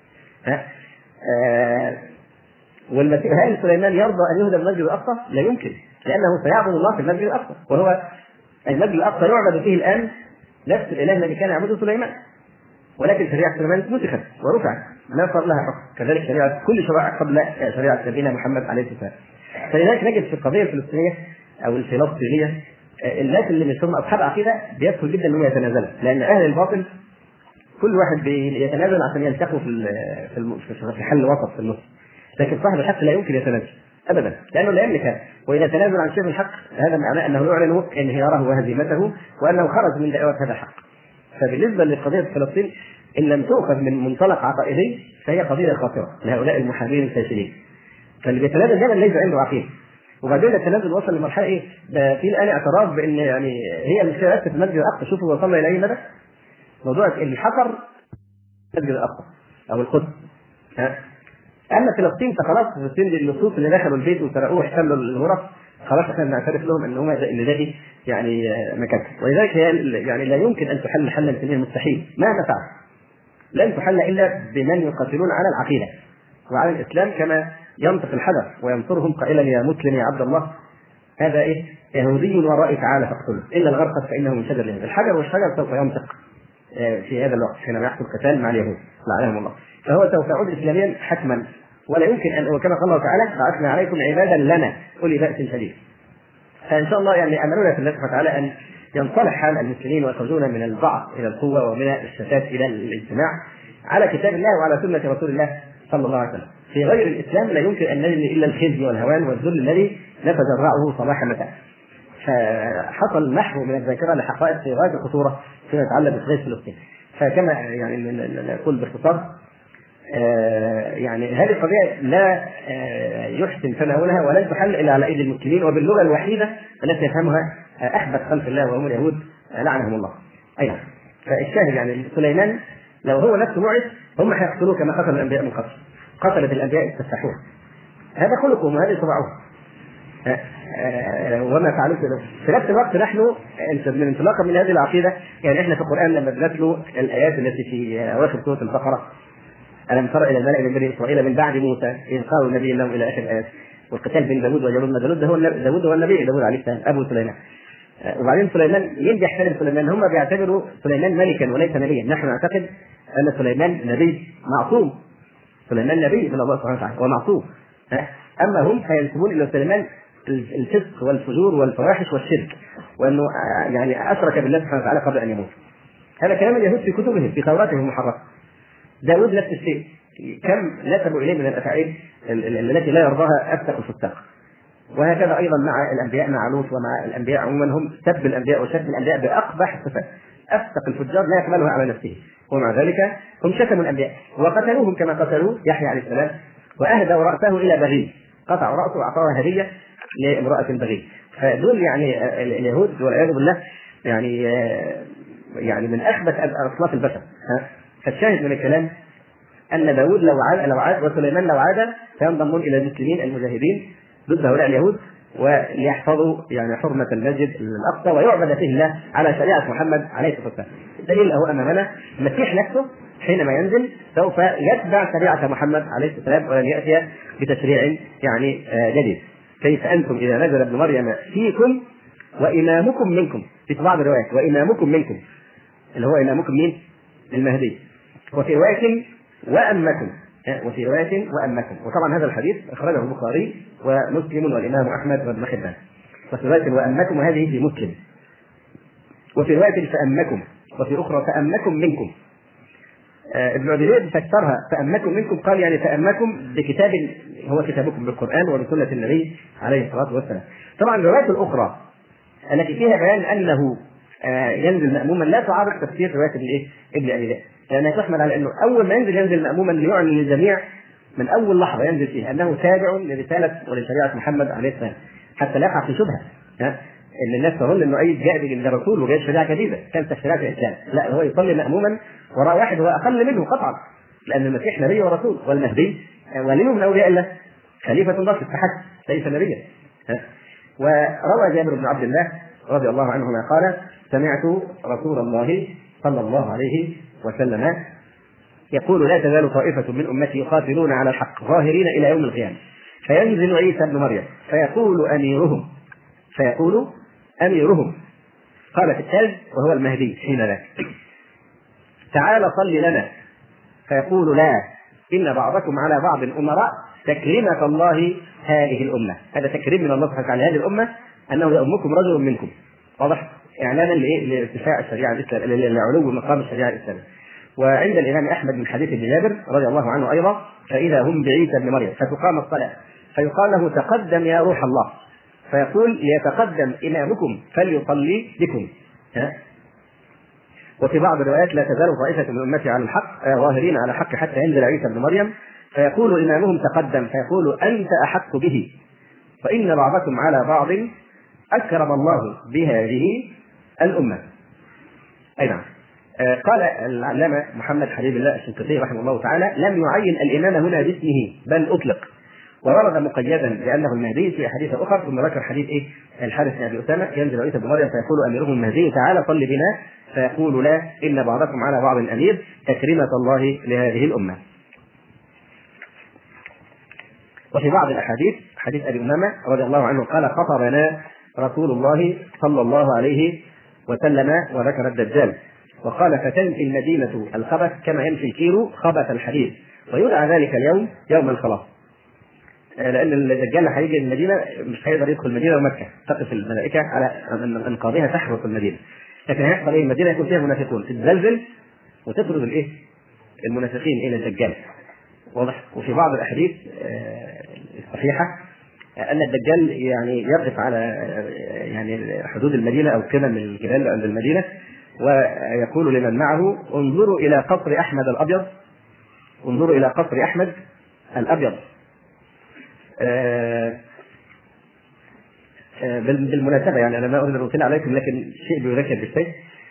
والمسيح، هل سليمان يرضى ان يهدم المسجد الاقصى؟ لا يمكن، لانه سيعبد الله في المسجد الاقصى، وهو المسجد الاقصى يعبد فيه الان نفس الاله الذي كان يعبده سليمان، ولكن شريعه سليمان نسخت ورفعت لا صار لها حكم، كذلك شريعه كل شرائع قبل شريعه نبينا محمد عليه السلام. فلذلك نجد في القضيه الفلسطينيه او الفلسطينيه الناس اللي مش هم اصحاب عقيده بيسهل جدا انهم يتنازلوا، لان اهل الباطل كل واحد بيتنازل عشان يلتقوا في حل وسط في النص، لكن صاحب الحق لا يمكن يتنازل ابدا، لانه لا يملك هذا، واذا تنازل عن شيء الحق هذا معناه انه يعلن انهياره وهزيمته وانه خرج من دائره هذا الحق. فبالنسبه لقضيه فلسطين ان لم تؤخذ من منطلق عقائدي فهي قضيه خاطره لهؤلاء المحاربين الفاشلين، فاللي بيتنازل دائما ليس عنده عقيده. وبعدين التنازل وصل لمرحله ايه؟ في الان اعتراف بان يعني هي المشكله في المسجد الاقصى. شوفوا وصلنا الى اي مدى؟ موضوع اللي حفر المسجد الاقصى او القدس. اما فلسطين فخلاص، فلسطين النصوص اللي دخلوا البيت وسرقوه واحتلوا الغرف خلاص احنا بنعترف لهم ان هم اللي ده يعني مكان. ولذلك هي يعني لا يمكن ان تحل حلا سلميا، مستحيل مهما فعل. لن تحل الا بمن يقاتلون على العقيده وعلى الاسلام، كما ينطق الحجر وينصرهم قائلا: يا مسلم يا عبد الله هذا ايه؟ يهودي ورائي تعالى فاقتله الا الغرقد فانه من شجر اليهود. الحجر والشجر سوف ينطق في هذا الوقت حينما يحصل قتال مع اليهود لعنهم الله، فهو سوف يعود اسلاميا حتما، ولا يمكن ان، وكما قال الله تعالى: بعثنا عليكم عبادا لنا اولي باس شديد. فان شاء الله يعني املنا في الله سبحانه وتعالى ان ينصلح حال المسلمين ويخرجون من الضعف الى القوه ومن الشتات الى الاجتماع على كتاب الله وعلى سنه رسول الله صلى الله عليه وسلم. في غير الاسلام لا يمكن ان نجد الا الخزي والهوان والذل الذي نتجرعه صباح مساء. فحصل محو من الذاكره لحقائق في غايه الخطوره فيما يتعلق بقضيه فلسطين. فكما يعني نقول باختصار يعني هذه القضيه لا يحسن تناولها ولن تحل الا على ايدي المسلمين وباللغه الوحيده التي يفهمها احبط خلق الله وهم اليهود لعنهم الله. ايضا فالشاهد يعني سليمان لو هو نفسه معز هم هيقتلوه كما قتل الانبياء من قبل. قتلت الانبياء استفتحوه، هذا خلقهم وهذه طبعهم وما فعلوه. في نفس الوقت نحن من انطلاقا من هذه العقيده يعني احنا في القران لما بنتلو الايات التي في اواخر سوره البقره: ألم تر إلى الملأ من بني إسرائيل من بعد موسى إذ قالوا النبي لهم إلى آخر الآيات، والقتال بين داود وجالوت. داود هو النبي، داود عليه السلام أبو سليمان. وبعدين سليمان مين بيحترم سليمان؟ هم بيعتبروا سليمان ملكا وليس نبيا. نحن نعتقد أن سليمان نبي معصوم، سليمان نبي من الله سبحانه وتعالى ومعصوم. أما هم فينسبون إلى سليمان الفسق والفجور والفواحش والشرك، وأنه يعني أشرك بالله سبحانه وتعالى قبل أن يموت. هذا كلام اليهود في كتبهم في توراتهم المحرفة. داود نفس الشيء، كم نسبوا إليه من الأفاعيل التي لا يرضاها أفسق الفساق. وهكذا أيضا مع الأنبياء، مع لوط ومع الأنبياء عموما، هم سب الأنبياء وشتم الأنبياء بأقبح الصفات. أفسق الفجار لا يقبلها على نفسه، ومع ذلك هم شتموا الأنبياء وقتلوهم كما قتلوا يحيى عليه السلام وأهدى رأسه إلى بغي، قطع رأسه وأعطاه هدية لامرأة بغي. فدول يعني اليهود والعياذ بالله يعني من أخبث أصناف البشر. فالشاهد من الكلام أن داود لو عاد وسليمان لو عاد سينضمون إلى المسلمين المجاهدين ضد هؤلاء اليهود، وليحفظوا يعني حرمة المسجد الأقصى ويعبد فيه الله على شريعة محمد عليه الصلاة والسلام. الدليل هو أمامنا، المسيح نفسه حينما ينزل سوف يتبع شريعة محمد عليه الصلاة والسلام ولن يأتي بتشريع يعني جديد. كيف أنتم إذا نزل ابن مريم فيكم وإمامكم منكم، في بعض الروايات وإمامكم منكم، اللي هو إمامكم مين؟ المهدي. وفي رواية وأمكم، وفي رواية وأمكم. وطبعا هذا الحديث أخرجه البخاري ومسلم والإمام أحمد وابن حبان. وفي رواية وأمكم وهذه في مسلم، وفي رواية فأمكم، وفي أخرى فأمكم منكم. ابن عبيد فسرها فأمكم منكم، قال يعني فأمكم بكتاب هو كتابكم بالقرآن وبسنة النبي عليه الصلاة والسلام. طبعا الروايات الأخرى التي فيها بيان أنه ينزل مأموما لا تعارض تفسير رواية ابن أبي ذئب، لأنها تحمل على أنه أول ما ينزل مأموما ليعلن للجميع من أول لحظة ينزل فيها أنه تابع لرسالة ولشريعة محمد عليه السلام، حتى لا يقع في شبهة ان الناس تظن انه اي جاء من الرسول وجاء شريعه جديده كانت شريعه الاسلام. لا، هو يصلي ماموما وراء واحد هو اقل منه قطعا، لان المسيح نبي ورسول، والمهدي ولي من اولياء الله، خليفه الله فحسب ليس نبيا. وروى جابر بن عبد الله رضي الله عنهما قال سمعت رسول الله صلى الله عليه وسلم يقول لا تزال طائفه من امتي يقاتلون على الحق ظاهرين الى يوم القيامه، فينزل عيسى ابن مريم فيقول أميرهم قال في الثالث وهو المهدي حين ذاك تعال صل لنا، فيقول لا إن بعضكم على بعض أمراء تكريمة الله هذه الأمة. هذا تكريم من الله سبحانه وتعالى هذه الأمة أنه يأمكم رجل منكم، واضح؟ إعلانا لارتفاع الشريعة الإسلامية لعلو مقام الشريعة الإسلامية. وعند الإمام أحمد من حديث ابن جابر رضي الله عنه أيضا فإذا هم بعيسى بن مريم فتقام الصلاة فيقال له تقدم يا روح الله، فيقول ليتقدم إمامكم فليصلي بكم. وفي بعض الروايات لا تزال طائفة من أمتي على الحق ظاهرين على الحق حتى ينزل عيسى بن مريم، فيقول إمامهم تقدم فيقول أنت أحق به، فإن بعضكم على بعض أكرم الله بهذه الأمة. أي نعم. قال العلامة محمد حبيب الله الشنقيطي رحمه الله تعالى لم يعين الإمام هنا باسمه بل أطلق، وورد مقيدا لأنه المهدي في أحاديث أخرى، ثم ذكر حديث الحارث بن أبي أسامة ينزل عيسى بن مريم فيقول أميرهم المهدي تعالى صل بنا، فيقول لا إن بعضكم على بعض أمير تكريمة الله لهذه الأمة. وفي بعض الأحاديث حديث أبي أمامة رضي الله عنه قال خطبنا رسول الله صلى الله عليه وسلم وذكر الدجال وقال فتنفي المدينة الخبث كما ينفي الكير خبث الحديد، ويدعى ذلك اليوم يوم الخلاص، لأن الدجال هيجي المدينة مش هيقدر يدخل المدينة ومكة، تقف الملائكة على أنقاضها تحرق المدينة، لكن هيحصل إيه؟ المدينة يكون فيها منافقون تتزلزل وتطرد المنافقين إلى الدجال، واضح؟ وفي بعض الأحاديث الصحيحة أن الدجال يعني يقف على يعني حدود المدينة أو قمم الجبال عند المدينة ويقول لمن معه انظروا إلى قصر أحمد الأبيض، انظروا إلى قصر أحمد الأبيض. بالمناسبة يعني أنا ما أريد أن أطلع عليكم لكن شيء بيذكر بالشيء.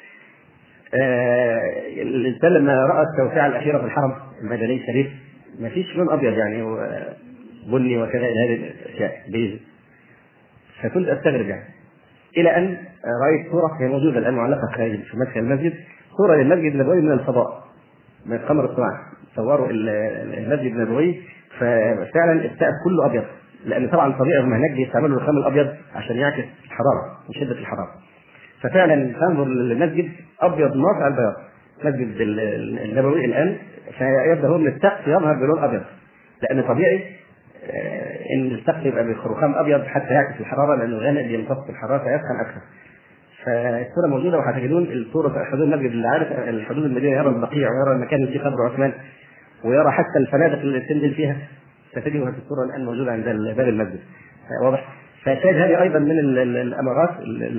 الإنسان لما رأى التوسعة الأخيرة في الحرم المدني الشريف ما فيش لون أبيض يعني بني وكذا إلى هذه الأشياء بيز، فكنت أستغرب يعني إلى أن رأيت صورة هي موجودة الآن معلقة في مدخل المسجد، صورة للمسجد النبوي من الفضاء من القمر الصناعي، صوروا المسجد النبوي ففعلا السقف كله أبيض، لأن طبعا طبيعي هم هناك بيستعملوا الرخام الأبيض عشان يعكس الحرارة من شدة الحرارة، ففعلا تنظر للمسجد أبيض ناصع البياض، مسجد النبوي الآن فيبدأ هو من السقف يظهر بلون أبيض، لأن طبيعي إن السقف يبقى برخام أبيض حتى يعكس الحرارة، لأنه غامق بيمتص الحرارة فيسخن أكثر. فالصورة موجودة وهتجدون الصورة في حدود المسجد، اللي عارف الحدود المدينة يرى البقيع ويرى المكان اللي فيه قبر عثمان ويرى حتى الفنادق اللي تنزل فيها، ستجدها في الصورة الآن موجودة عند باب المسجد، واضح؟ فشاهد هذه أيضا من الأمارات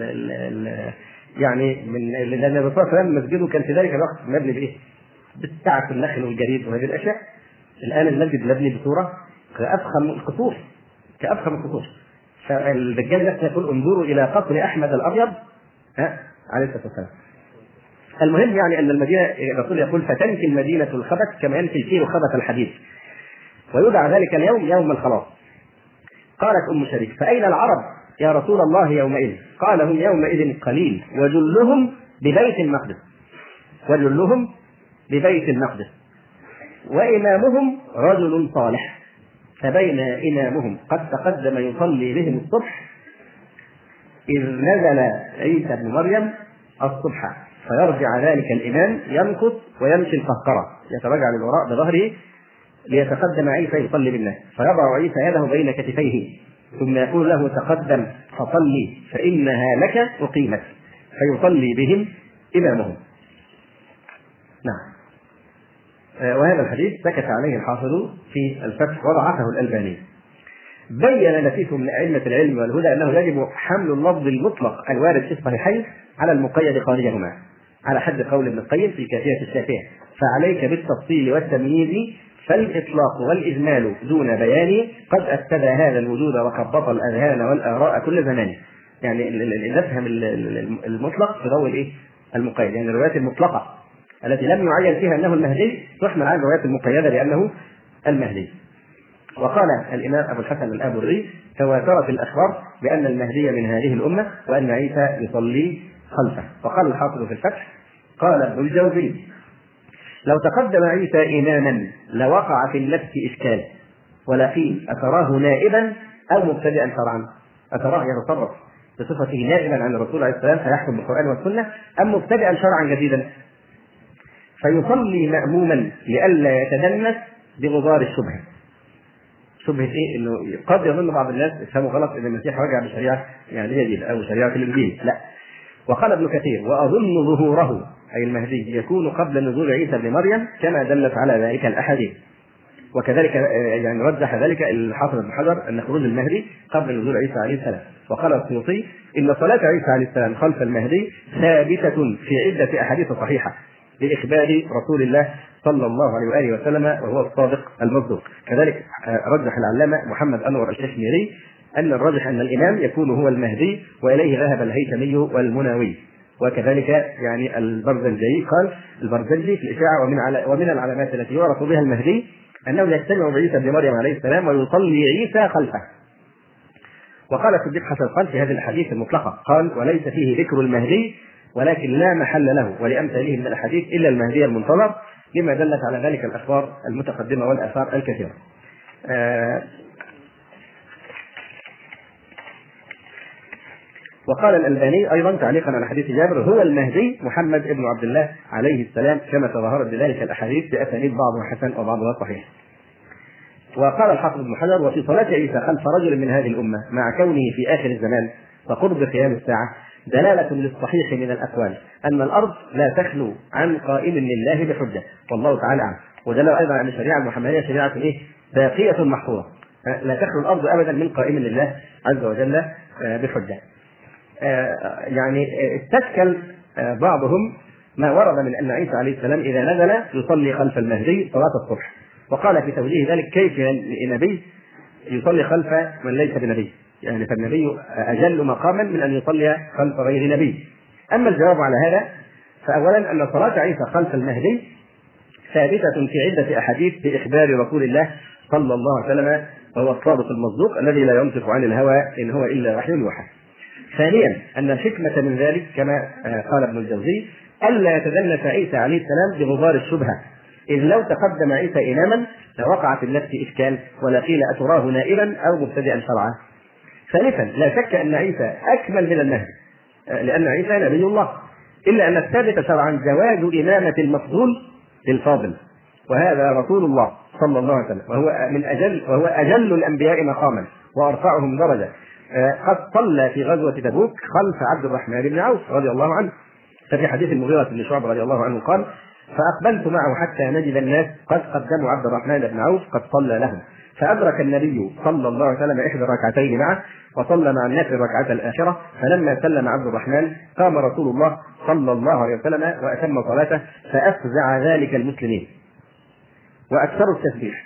يعني من لأن الرسول صلى الله عليه وسلم مسجده كان في ذلك الوقت مبني بإيه؟ بالسعة النخل والجريد وهذه الأشياء. الآن المسجد مبني بصورة كأفخم القصور. فالدجال نفسه يقول انظروا إلى قصر أحمد الأبيض عليه الصلاة والسلام. المهم يعني أن المدينة، الرسول يقول فتنفي المدينة الخبث كما ينفي الكيل خبث الحديد، ويدعى ذلك اليوم يوم الخلاص. قالت أم شريك فأين العرب يا رسول الله يومئذ؟ قال هم يومئذ قليل وجلهم ببيت المقدس وإمامهم رجل صالح، فبين إمامهم قد تقدم يصلي بهم الصبح إذ نزل عيسى بن مريم الصبح، فيرجع ذلك الإمام يمكث ويمشي القهقرة يتراجع للوراء بظهره ليتقدم عيسى يصلي بالناس، فيضع عيسى يده بين كتفيه ثم يقول له تقدم فصلي فإنها لك أقيمت، فيصلي بهم إمامهم. نعم. وهذا الحديث سكت عليه الحافظ في الفتح وضعفه الألباني. بين نفيس من أئمة العلم والهدى أنه يجب حمل اللفظ المطلق الوارد في الصحيحين على المقيد خارجهما، على حد قول ابن القيم في كافية الشافعية فعليك بالتفصيل والتمييز، فالإطلاق والإجمال دون بيان قد أفسد هذا الوجود وخبط الأذهان والآراء كل زمان. يعني نفهم المطلق في ضوء المقيد، يعني الروايات المطلقة التي لم يعين فيها أنه المهدي تحمل على الروايات المقيدة لأنه المهدي. وقال الإمام أبو الحسن الآبوري تواترت الأخبار بأن المهدي من هذه الأمة وأن عيسى يصلي خلفه. وقال الحافظ في الفتح قال ابن الجوزي لو تقدم عيسى إماما لوقع في النفس إشكال، ولكن أتراه نائبا أو مبتدئا شرعا؟ أتراه يتصرف بصفته نائبا عن الرسول عليه السلام فيحكم بالقرآن والسنة، أم مبتدئا شرعا جديدا؟ فيصلي مأموما لئلا يتدنس بغبار الشبهة. شبهة إيه؟ إنه قد يظن بعض الناس يفهموا غلط إن المسيح رجع بشريعة يعني هي أو شريعة الإنجيل، لا. وقال ابن كثير وأظن ظهوره أي المهدي يكون قبل نزول عيسى بن مريم كما دلت على ذلك الأحاديث. وكذلك يعني رجح ذلك الحافظ ابن حجر أن خروج المهدي قبل نزول عيسى عليه السلام. وقال السيوطي إن صلاة عيسى عليه السلام خلف المهدي ثابتة في عدة أحاديث صحيحة بإخبار رسول الله صلى الله عليه وآله وسلم وهو الصادق المصدوق. كذلك رجح العلامة محمد أنور الكشميري أن الراجح أن الإمام يكون هو المهدي، وإليه ذهب الهيثمي والمناوي. وكذلك يعني البرزنجي قال البرزنجي في الإشاعة ومن العلامات التي يعرف بها المهدي أنه يجتمع بعيسى بن مريم عليه السلام ويصلي عيسى خلفه. وقال الصديق حسن قال في هذه الأحاديث المطلقة قال وليس فيه ذكر المهدي ولكن لا محل له ولأمثاله من الأحاديث إلا المهدي المنتظر، لما دلت على ذلك الأخبار المتقدمة والآثار الكثيرة. وقال الألباني أيضا تعليقا على حديث جابر هو المهدي محمد ابن عبد الله عليه السلام كما تظاهرت بذلك الأحاديث بأسانيد بعضها حسن وبعضها صحيح. وقال الحافظ ابن حجر وفي صلاة عيسى خلف رجل من هذه الأمة مع كونه في آخر الزمان فقرب قيام الساعة دلالة للصحيح من الأقوال أن الأرض لا تخلو عن قائم لله بحجة والله تعالى أعلم. ودلل أيضا أن الشريعة المحمدية شريعة باقية محفوظة لا تخلو الأرض أبدا من قائم لله عز وجل بحجة. يعني استشكل بعضهم ما ورد من أن عيسى عليه السلام إذا نزل يصلي خلف المهدي صلاة الصبح، وقال في توجيه ذلك كيف النبي يصلي خلف من ليس بنبي؟ يعني فالنبي أجل مقاما من أن يصلي خلف غير نبي. أما الجواب على هذا فأولا أن صلاة عيسى خلف المهدي ثابتة في عدة أحاديث بإخبار رسول الله صلى الله عليه وسلم وهو الصادق المصدوق الذي لا ينطق عن الهوى إن هو إلا وحي يوحى. ثانيا أن الحكمة من ذلك كما قال ابن الجوزي ألا يتدنس عيسى عليه السلام بغبار الشبهة، إذ لو تقدم عيسى إماما لوقع في النفس إشكال ولا قيل أتراه نائبا أو مبتدئا شرعا. ثالثا لا شك أن عيسى أكمل من المهدي لأن عيسى نبي الله، إلا أن الثابت شرعا جواز إمامة المفضول للفاضل وهذا رسول الله صلى الله عليه وسلم وهو أجل الأنبياء مقاما وأرفعهم درجة. قد صلى في غزوة تبوك خلف عبد الرحمن بن عوف رضي الله عنه، ففي حديث المغيرة بن شعبة رضي الله عنه قال فأقبلت معه حتى نجد الناس قد قدموا عبد الرحمن بن عوف قد صلى لهم، فأدرك النبي صلى الله عليه وسلم إحدى الركعتين معه وصلى مع الناس الركعة الآخرة، فلما سلم عبد الرحمن قام رسول الله صلى الله عليه وسلم وأتم صلاته فأفزع ذلك المسلمين وأكثروا التسبيح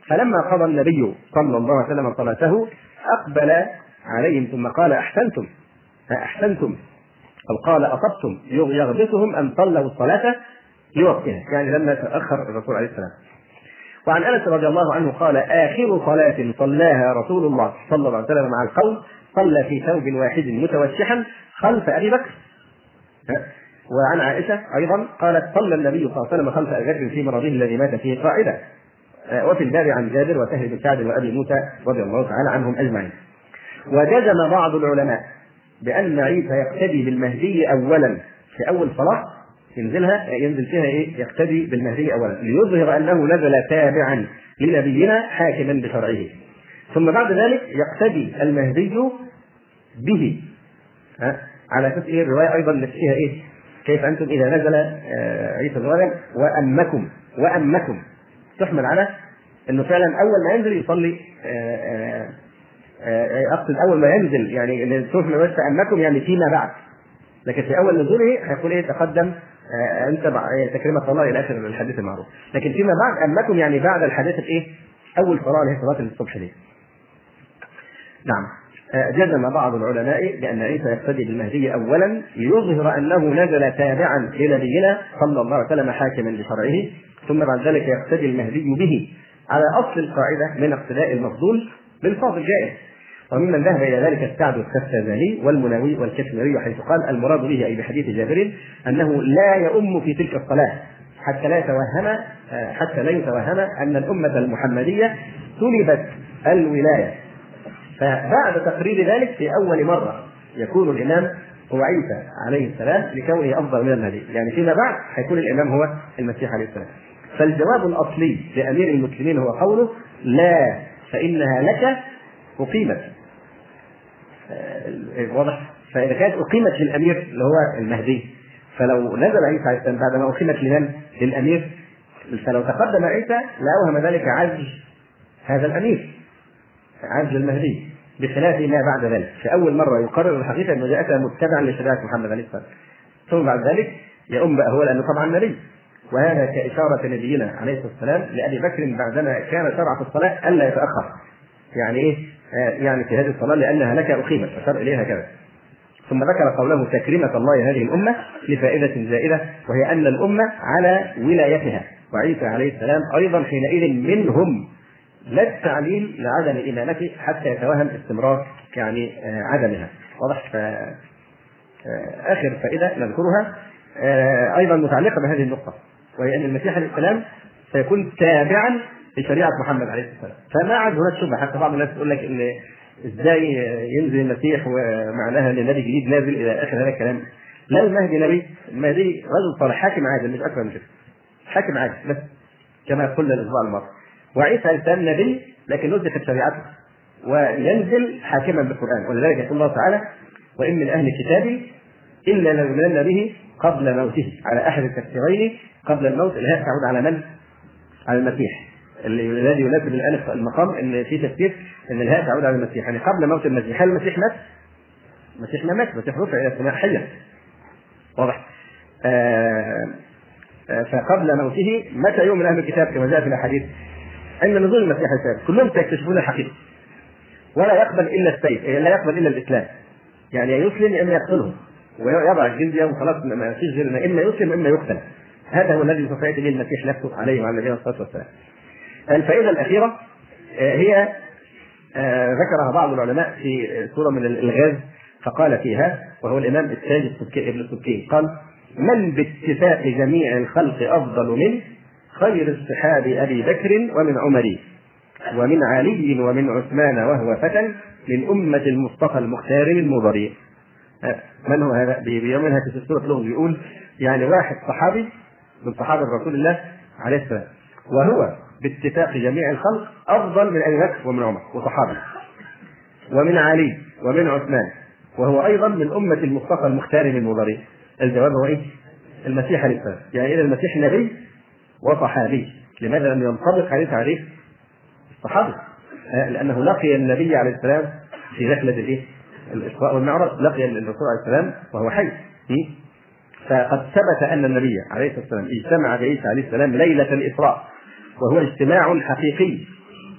فلما قضى النبي صلى الله عليه وسلم صلاته أقبل عليهم ثم قال أحسنتم أو قال أصبتم، يغبطهم أن صلوا الصلاة لوقتها، يعني لما تأخر الرسول عليه السلام. وعن أنس رضي الله عنه قال آخر صلاة صلاها رسول الله صلى الله عليه وسلم مع القوم صلى في ثوب واحد متوشحا خلف أبي بكر. وعن عائشة أيضا قالت صلى النبي صلى الله عليه وسلم خلف أبي بكر في مرضه الذي مات فيه قاعدا. وفي الباب عن جابر وسهل بن سعد وأبي موسى رضي الله تعالى عنهم أجمعين. وجزم بعض العلماء بأن عيسى يقتدي بالمهدي أولا في أول صلاة ينزل فيها يقتدي بالمهدي أولا ليظهر أنه نزل تابعا لنبينا حاكما بشرعه، ثم بعد ذلك يقتدي المهدي به. على أساس الرواية أيضا فيها كيف أنتم إذا نزل عيسى بن مريم وأمكم تحمل على أنه فعلا أول ما ينزل يصلي، أقصد أول ما ينزل يعني تحمل على أمكم يعني فيما بعد، لكن في أول نزوله هيكون تقدم أنت تكريمة الله إلى آخر الحديث المعروف، لكن فيما بعد أمكم يعني بعد الحديث أول صلاة اللي هي صلاة الصبح دي. نعم. جزم بعض العلماء بأن عيسى يقتدي بالمهدي أولا ليظهر أنه نزل تابعا لنبينا صلى الله عليه وسلم حاكما بشرعه، ثم بعد ذلك يقتدي المهدي به على أصل القاعدة من اقتداء المفضول بالفاضل الجائز. وممن ذهب إلى ذلك السعد السفازاني والمناوي والكشميري، حيث قال المراد به أي بحديث جابر أنه لا يؤم في تلك الصلاة حتى لا يتوهم أن الأمة المحمدية سلبت الولاية. فبعد تقرير ذلك في أول مرة يكون الإمام هو عيسى عليه السلام لكونه أفضل من المهدي، يعني فيما بعد هيكون الإمام هو المسيح عليه السلام. فالجواب الأصلي لأمير المسلمين هو قوله لا فإنها لك أقيمت. واضح؟ فإذا كانت أقيمت للأمير اللي هو المهدي، فلو نزل عيسى عليه السلام بعد ما أقيمت للأمير، فلو تقدم عيسى لأوهم ذلك عجز هذا الأمير، عجز المهدي، بخلاف ما بعد ذلك. في أول مرة يقرر الحقيقة أنه جاء متبعا لشريعة محمد عليه السلام، ثم بعد ذلك يؤم بقى هو لأنه طبعا نبي. وهذا كإشارة نبينا عليه الصلاة والسلام لأبي بكر بعدما كان شرع في الصلاة ألا يتأخر، يعني يعني في هذه الصلاة لأنها لك أقيمت، أشار إليها كذا. ثم ذكر قوله تكريمة الله هذه الأمة لفائدة زائدة، وهي أن الأمة على ولايتها، وعيسى عليه السلام أيضا حينئذ منهم، لا التعليل لعدم إمامته حتى يتوهم استمرار يعني عدمها. واضح؟ آخر فائدة نذكرها أيضا متعلقة بهذه النقطة، وهي أن المسيح عليه السلام سيكون تابعا لشريعة محمد عليه السلام. فما عاد هناك شبهة، حتى بعض الناس يقول لك إن إزاي ينزل المسيح ومعناها أن النبي جديد نازل إلى آخر هذا الكلام. لا، المهدي نبي، المهدي رجل صالح حاكم عادل، مش أكثر من كده، حاكم عادل بس كما قلنا الأسبوع الماضي. وعيسى عليه السلام نبي لكن نسخت شريعته وينزل حاكما بالقرآن، ولذلك يقول الله تعالى وإن من أهل الكتاب إلا لنؤمنن به قبل موته. على أحد التفسيرين قبل الموت الهاء تعود على من؟ على المسيح، الذي يناسب الألف المقام ان في تفسير ان الهاء تعود على المسيح، يعني قبل موت المسيح. هل المسيح مات؟ المسيح ما مات، المسيح رفع الى السماء حيا. واضح؟ فقبل موته متى يؤمن اهل الكتاب كما جاء في الاحاديث؟ عند نزول المسيح الثالث كلهم سيكتشفون الحقيقه، ولا يقبل الا السيف، لا يقبل الا الاسلام، يعني يسلم اما يقتله ويضع الجزيه وخلاص، ما فيش غير اما يسلم اما يقتل. هذا هو الذي سوف ياتي به المسيح نفسه عليه وعلى نبينا الصلاه والسلام. الفائده الاخيره هي ذكرها بعض العلماء في سوره من الالغاز، فقال فيها وهو الامام التاج ابن السبكي قال: من باتفاق جميع الخلق افضل من خير الصحاب ابي بكر ومن عمر ومن علي ومن عثمان وهو فتى من امه المصطفى المختار المضر. من هو هذا؟ بيومها في سوره لغز بيقول يعني واحد صحابي من صحابه رسول الله عليه السلام، وهو باتفاق جميع الخلق افضل من ابي بكر ومن عمر وصحابه، ومن علي ومن عثمان، وهو ايضا من امه المصطفى المختار المضر. الجواب هو ايه؟ المسيح عليه السلام. يعني اذا المسيح نبي وصحابي، لماذا لم ينطبق عليه تعريف الصحابه؟ لانه لقي النبي عليه السلام في رحله الاسراء والمعراج، لقي الرسول عليه السلام وهو حي. فقد ثبت ان النبي عليه الصلاه والسلام اجتمع بعيسى عليه السلام ليله الاسراء، وهو اجتماع حقيقي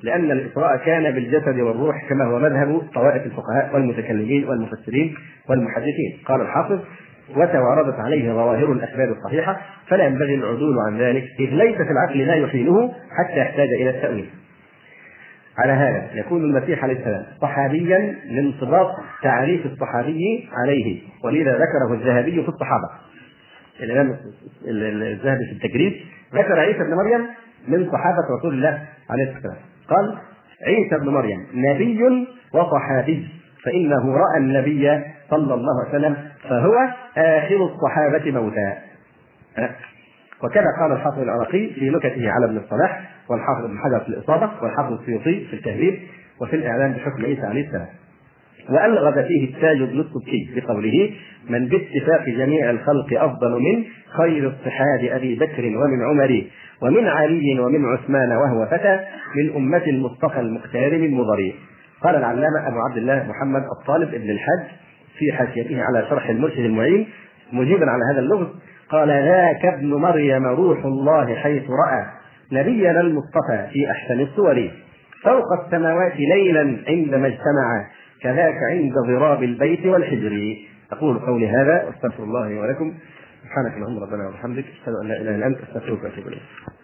لأن الإسراء كان بالجسد والروح كما هو مذهب طوائف الفقهاء والمتكلمين والمفسرين والمحدثين. قال الحافظ: وتواردت عليه ظواهر الأسباب الصحيحة فلا ينبغي العدول عن ذلك، إذ ليس في العقل ما يحيله حتى يحتاج إلى التأويل. على هذا يكون المسيح عليه السلام صحابيا لانطباق تعريف الصحابي عليه، ولذا ذكره الذهبي في الصحابة. الإمام الذهبي في التجريد ذكر عيسى بن مريم من صحابة رسول الله عليه السلام، قال: عيسى بن مريم نبي وصحابي، فإنه رأى النبي صلى الله عليه وسلم فهو آخر الصحابة موتا. وكذا قال الحافظ العراقي في نكته على ابن الصلاح، والحافظ ابن حجر في الإصابة، والحافظ السيوطي في التهذيب وفي الإعلام بحكم عيسى عليه السلام. وألغز فيه التاج بن السبكي بقوله: من باتفاق جميع الخلق أفضل من خير الصحاب أبي بكر ومن عمر ومن علي ومن عثمان وهو فتى من أمة المصطفى المختار من مضر. قال العلامة أبو عبد الله محمد الطالب ابن الحج في حاشيته على شرح المرشد المعين مجيبا على هذا اللغز، قال: ذاك ابن مريم روح الله حيث رأى نبينا المصطفى في أحسن الصور، فوق السماوات ليلا عندما اجتمع، كذاك عند ضراب البيت والحجر. أقول قولي هذا واستغفر الله لي ولكم. سبحانك اللهم ربنا وبحمدك، أشهد أن لا إله إلا أنت، أستغفرك وأتوب إليك.